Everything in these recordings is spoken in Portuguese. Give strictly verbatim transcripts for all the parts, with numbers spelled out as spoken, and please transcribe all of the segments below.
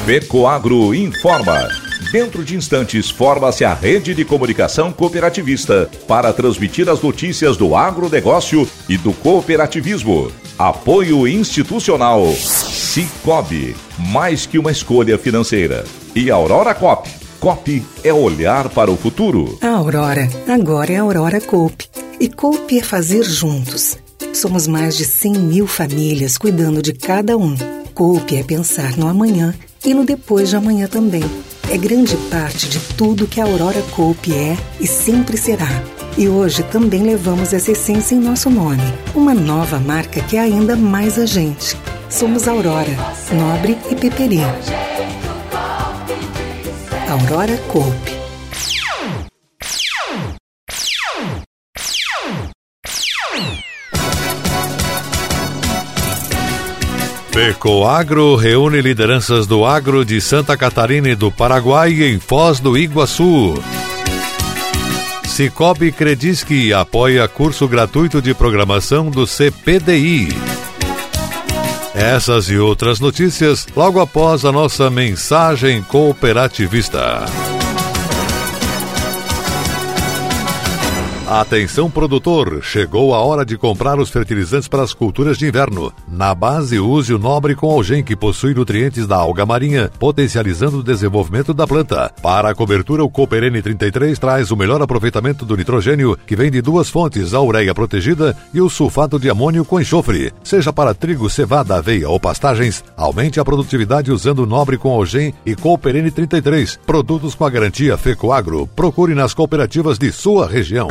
FECOAGRO informa. Dentro de instantes, forma-se a rede de comunicação cooperativista para transmitir as notícias do agronegócio e do cooperativismo. Apoio institucional. Cicobi, mais que uma escolha financeira. E Aurora Coop. Coop é olhar para o futuro. A Aurora, agora é a Aurora Coop. E Coop é fazer juntos. Somos mais de cem mil famílias cuidando de cada um. Coop é pensar no amanhã e no depois de amanhã também. É grande parte de tudo que a Aurora Coop é e sempre será. E hoje também levamos essa essência em nosso nome. Uma nova marca que é ainda mais a gente. Somos Aurora, Nobre e Peperi. Aurora Coop. FECOAGRO reúne lideranças do agro de Santa Catarina e do Paraguai em Foz do Iguaçu. Cicobi Credisc apoia curso gratuito de programação do C P D I. Essas e outras notícias logo após a nossa mensagem cooperativista. Atenção produtor, chegou a hora de comprar os fertilizantes para as culturas de inverno. Na base, use o Nobre com Algem, que possui nutrientes da alga marinha, potencializando o desenvolvimento da planta. Para a cobertura, o Cooper N trinta e três traz o melhor aproveitamento do nitrogênio, que vem de duas fontes, a ureia protegida e o sulfato de amônio com enxofre. Seja para trigo, cevada, aveia ou pastagens, aumente a produtividade usando o Nobre com Algem e Cooper N trinta e três. Produtos com a garantia FECOAGRO. Procure nas cooperativas de sua região.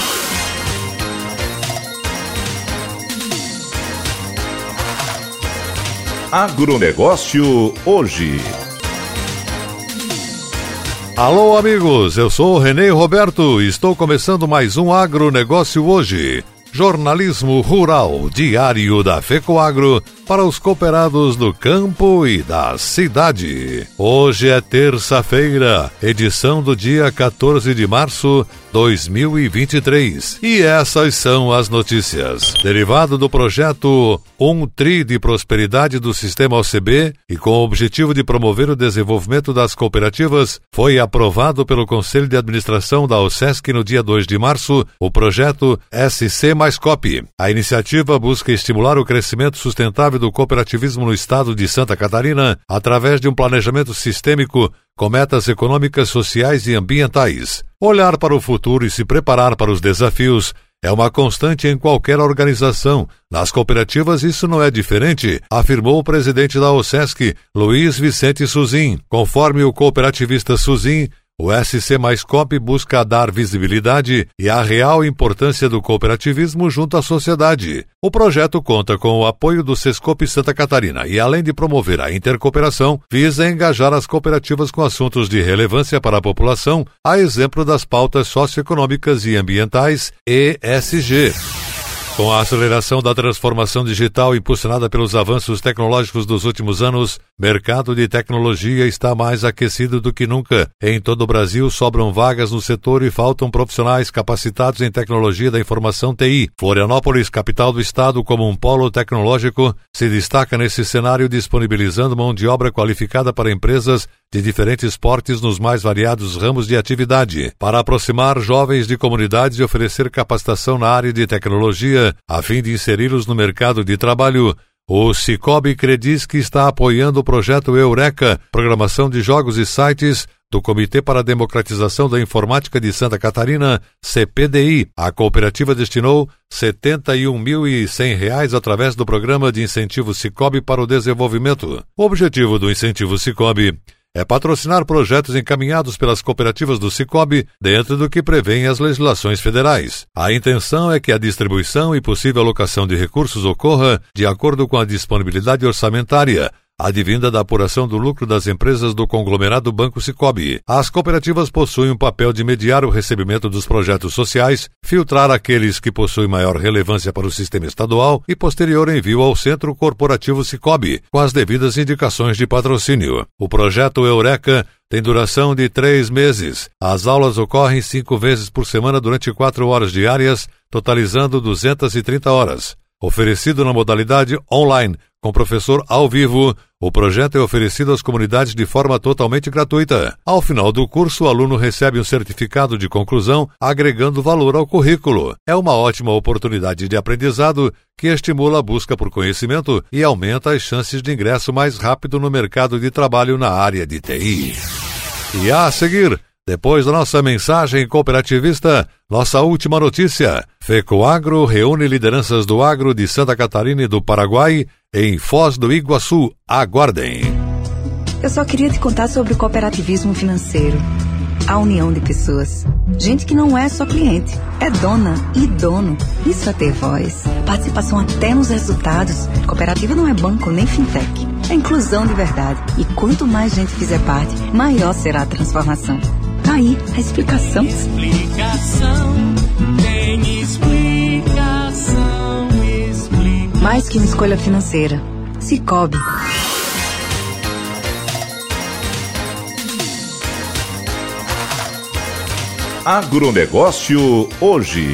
Agronegócio hoje. Alô amigos, eu sou o Renê Roberto e estou começando mais um Agronegócio hoje. Jornalismo rural diário da FECOAGRO para os cooperados do campo e da cidade. Hoje é terça-feira, edição do dia quatorze de março de dois mil e vinte e três. E essas são as notícias. Derivado do projeto Um Tri de Prosperidade do Sistema O C B e com o objetivo de promover o desenvolvimento das cooperativas, foi aprovado pelo Conselho de Administração da OSESC no dia dois de março o projeto S C mais Coop. A iniciativa busca estimular o crescimento sustentável do cooperativismo no estado de Santa Catarina através de um planejamento sistêmico com metas econômicas, sociais e ambientais. Olhar para o futuro e se preparar para os desafios é uma constante em qualquer organização. Nas cooperativas isso não é diferente, afirmou o presidente da OSESC, Luiz Vicente Suzin. Conforme o cooperativista Suzin, o S C mais Coop busca dar visibilidade e a real importância do cooperativismo junto à sociedade. O projeto conta com o apoio do Sescope Santa Catarina e, além de promover a intercooperação, visa engajar as cooperativas com assuntos de relevância para a população, a exemplo das pautas socioeconômicas e ambientais E S G. Com a aceleração da transformação digital impulsionada pelos avanços tecnológicos dos últimos anos, o mercado de tecnologia está mais aquecido do que nunca. Em todo o Brasil, sobram vagas no setor e faltam profissionais capacitados em tecnologia da informação T I. Florianópolis, capital do estado, como um polo tecnológico, se destaca nesse cenário disponibilizando mão de obra qualificada para empresas de diferentes portes nos mais variados ramos de atividade, para aproximar jovens de comunidades e oferecer capacitação na área de tecnologia, a fim de inseri-los no mercado de trabalho. O Cicobi Credisc está apoiando o projeto Eureka, programação de jogos e sites do Comitê para a Democratização da Informática de Santa Catarina, C P D I. A cooperativa destinou setenta e um mil e cem reais através do Programa de Incentivo Cicobi para o Desenvolvimento. O objetivo do Incentivo Cicobi é patrocinar projetos encaminhados pelas cooperativas do Cicobi dentro do que prevêem as legislações federais. A intenção é que a distribuição e possível alocação de recursos ocorra de acordo com a disponibilidade orçamentária, advinda da apuração do lucro das empresas do conglomerado Banco Cicobi. As cooperativas possuem um papel de mediar o recebimento dos projetos sociais, filtrar aqueles que possuem maior relevância para o sistema estadual e posterior envio ao Centro Corporativo Cicobi, com as devidas indicações de patrocínio. O projeto Eureka tem duração de três meses. As aulas ocorrem cinco vezes por semana durante quatro horas diárias, totalizando duzentas e trinta horas. Oferecido na modalidade online, com professor ao vivo, O projeto é oferecido às comunidades de forma totalmente gratuita. Ao final do curso, o aluno recebe um certificado de conclusão, agregando valor ao currículo. É uma ótima oportunidade de aprendizado que estimula a busca por conhecimento e aumenta as chances de ingresso mais rápido no mercado de trabalho na área de T I. E a seguir, depois da nossa mensagem cooperativista, nossa última notícia. FECOAGRO reúne lideranças do agro de Santa Catarina e do Paraguai em Foz do Iguaçu. Aguardem. Eu só queria te contar sobre o cooperativismo financeiro. A união de pessoas. Gente que não é só cliente, é dona e dono. Isso é ter voz. Participação até nos resultados. Cooperativa não é banco nem fintech. É inclusão de verdade. E quanto mais gente fizer parte, maior será a transformação. Tá aí a explicação. Explicação, tem explicação, explicação. Mais que uma escolha financeira. Sicoob. Agronegócio hoje.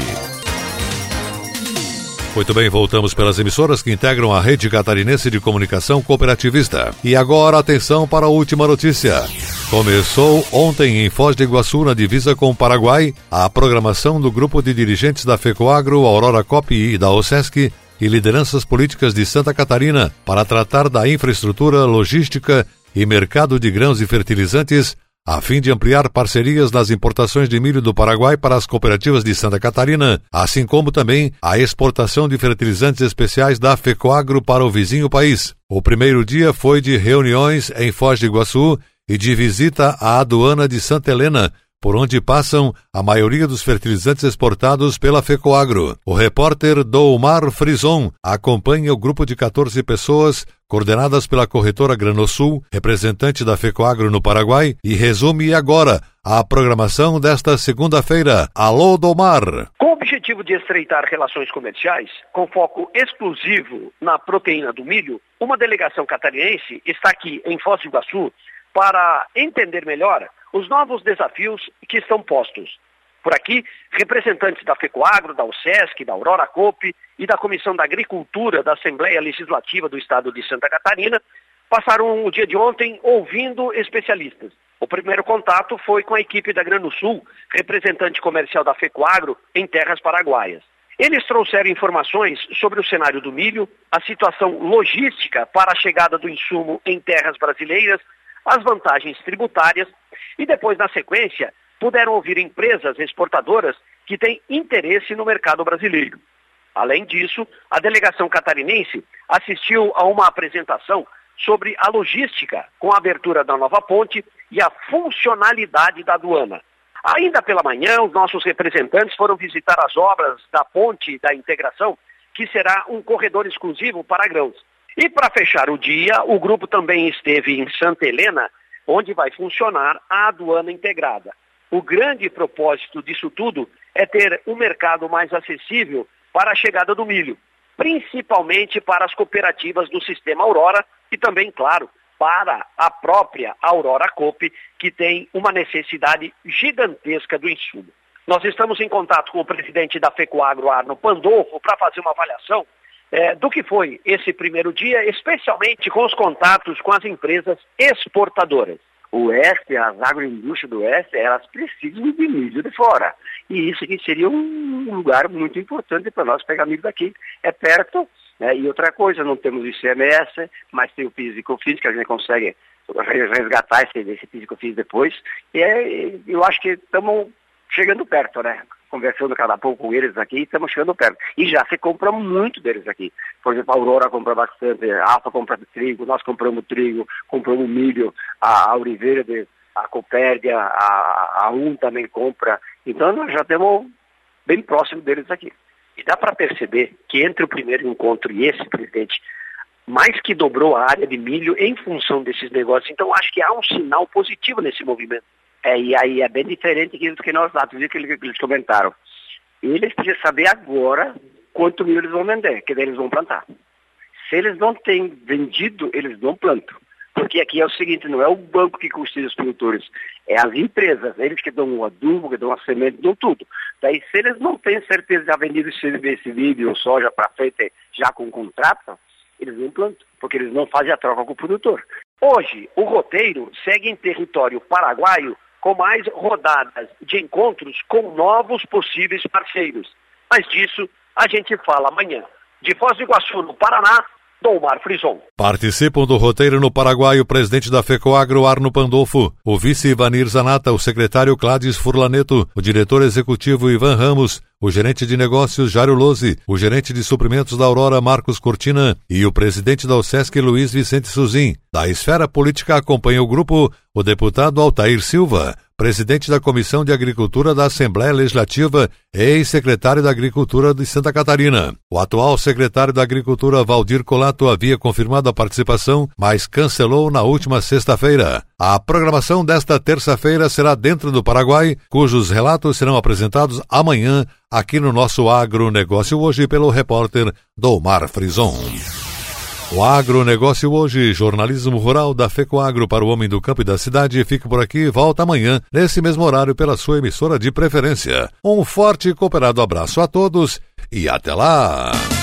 Muito bem, voltamos pelas emissoras que integram a Rede Catarinense de Comunicação Cooperativista. E agora, atenção para a última notícia. Começou ontem em Foz do Iguaçu, na divisa com o Paraguai, a programação do grupo de dirigentes da FECOAGRO, Aurora Coop e da OSESC e lideranças políticas de Santa Catarina para tratar da infraestrutura, logística e mercado de grãos e fertilizantes, a fim de ampliar parcerias nas importações de milho do Paraguai para as cooperativas de Santa Catarina, assim como também a exportação de fertilizantes especiais da FECOAGRO para o vizinho país. O primeiro dia foi de reuniões em Foz do Iguaçu e de visita à aduana de Santa Helena, por onde passam a maioria dos fertilizantes exportados pela FECOAGRO. O repórter Doumar Frison acompanha o grupo de quatorze pessoas, coordenadas pela corretora Granosul, representante da FECOAGRO no Paraguai, e resume agora a programação desta segunda-feira. Alô, Doumar! Com o objetivo de estreitar relações comerciais, com foco exclusivo na proteína do milho, uma delegação catarinense está aqui em Foz do Iguaçu para entender melhor os novos desafios que estão postos. Por aqui, representantes da FECOAGRO, da OSESC, da Aurora Coop e da Comissão da Agricultura da Assembleia Legislativa do Estado de Santa Catarina passaram o dia de ontem ouvindo especialistas. O primeiro contato foi com a equipe da Granosul, representante comercial da FECOAGRO em terras paraguaias. Eles trouxeram informações sobre o cenário do milho, a situação logística para a chegada do insumo em terras brasileiras, as vantagens tributárias e depois, na sequência, puderam ouvir empresas exportadoras que têm interesse no mercado brasileiro. Além disso, a delegação catarinense assistiu a uma apresentação sobre a logística com a abertura da nova ponte e a funcionalidade da aduana. Ainda pela manhã, os nossos representantes foram visitar as obras da ponte da integração, que será um corredor exclusivo para grãos. E para fechar o dia, o grupo também esteve em Santa Helena, onde vai funcionar a aduana integrada. O grande propósito disso tudo é ter um mercado mais acessível para a chegada do milho, principalmente para as cooperativas do Sistema Aurora e também, claro, para a própria Aurora Coop, que tem uma necessidade gigantesca do insumo. Nós estamos em contato com o presidente da FECOAGRO, Arno Pandolfo, para fazer uma avaliação É, do que foi esse primeiro dia, especialmente com os contatos com as empresas exportadoras. O Oeste, as agroindústrias do Oeste, elas precisam de milho de fora. E isso aqui seria um lugar muito importante para nós pegar milho daqui. É perto, né? E outra coisa, não temos o I C M S, mas tem o PIS e COFINS, que a gente consegue resgatar esse, esse PIS e COFINS depois. E é, eu acho que estamos chegando perto, né? Conversando cada pouco com eles aqui, estamos chegando perto. E já se compra muito deles aqui. Por exemplo, a Aurora compra bastante, a Alfa compra trigo, nós compramos trigo, compramos milho, a, a Oliveira, de, a Copérdia, a, a U N também compra. Então nós já estamos bem próximo deles aqui. E dá para perceber que entre o primeiro encontro e esse, presidente, mais que dobrou a área de milho em função desses negócios. Então acho que há um sinal positivo nesse movimento. É, e aí é bem diferente do que nós lá, do que eles comentaram. Eles precisam saber agora quanto milho eles vão vender, que daí eles vão plantar. Se eles não têm vendido, eles não plantam. Porque aqui é o seguinte, não é o banco que custeia os produtores, é as empresas, eles que dão o adubo, que dão a semente, dão tudo. Daí se eles não têm certeza de já vendido esse, esse milho ou soja para frente já com contrato, eles não plantam, porque eles não fazem a troca com o produtor. Hoje, o roteiro segue em território paraguaio com mais rodadas de encontros com novos possíveis parceiros. Mas disso a gente fala amanhã. De Foz do Iguaçu, no Paraná, Domar Frison. Participam do roteiro no Paraguai o presidente da FECOAGRO, Arno Pandolfo, o vice Ivanir Zanata, o secretário Cláudio Furlaneto, o diretor executivo Ivan Ramos, o gerente de negócios Jário Lose, o gerente de suprimentos da Aurora Marcos Cortina e o presidente da OSESC Luiz Vicente Suzin. Da esfera política acompanha o grupo o deputado Altair Silva, presidente da Comissão de Agricultura da Assembleia Legislativa e ex-secretário da Agricultura de Santa Catarina. O atual secretário da Agricultura, Valdir Colato, havia confirmado a participação, mas cancelou na última sexta-feira. A programação desta terça-feira será dentro do Paraguai, cujos relatos serão apresentados amanhã aqui no nosso Agronegócio Hoje pelo repórter Domar Frison. O Agronegócio Hoje, jornalismo rural da FECOAGRO para o homem do campo e da cidade, fica por aqui e volta amanhã, nesse mesmo horário, pela sua emissora de preferência. Um forte e cooperado abraço a todos e até lá!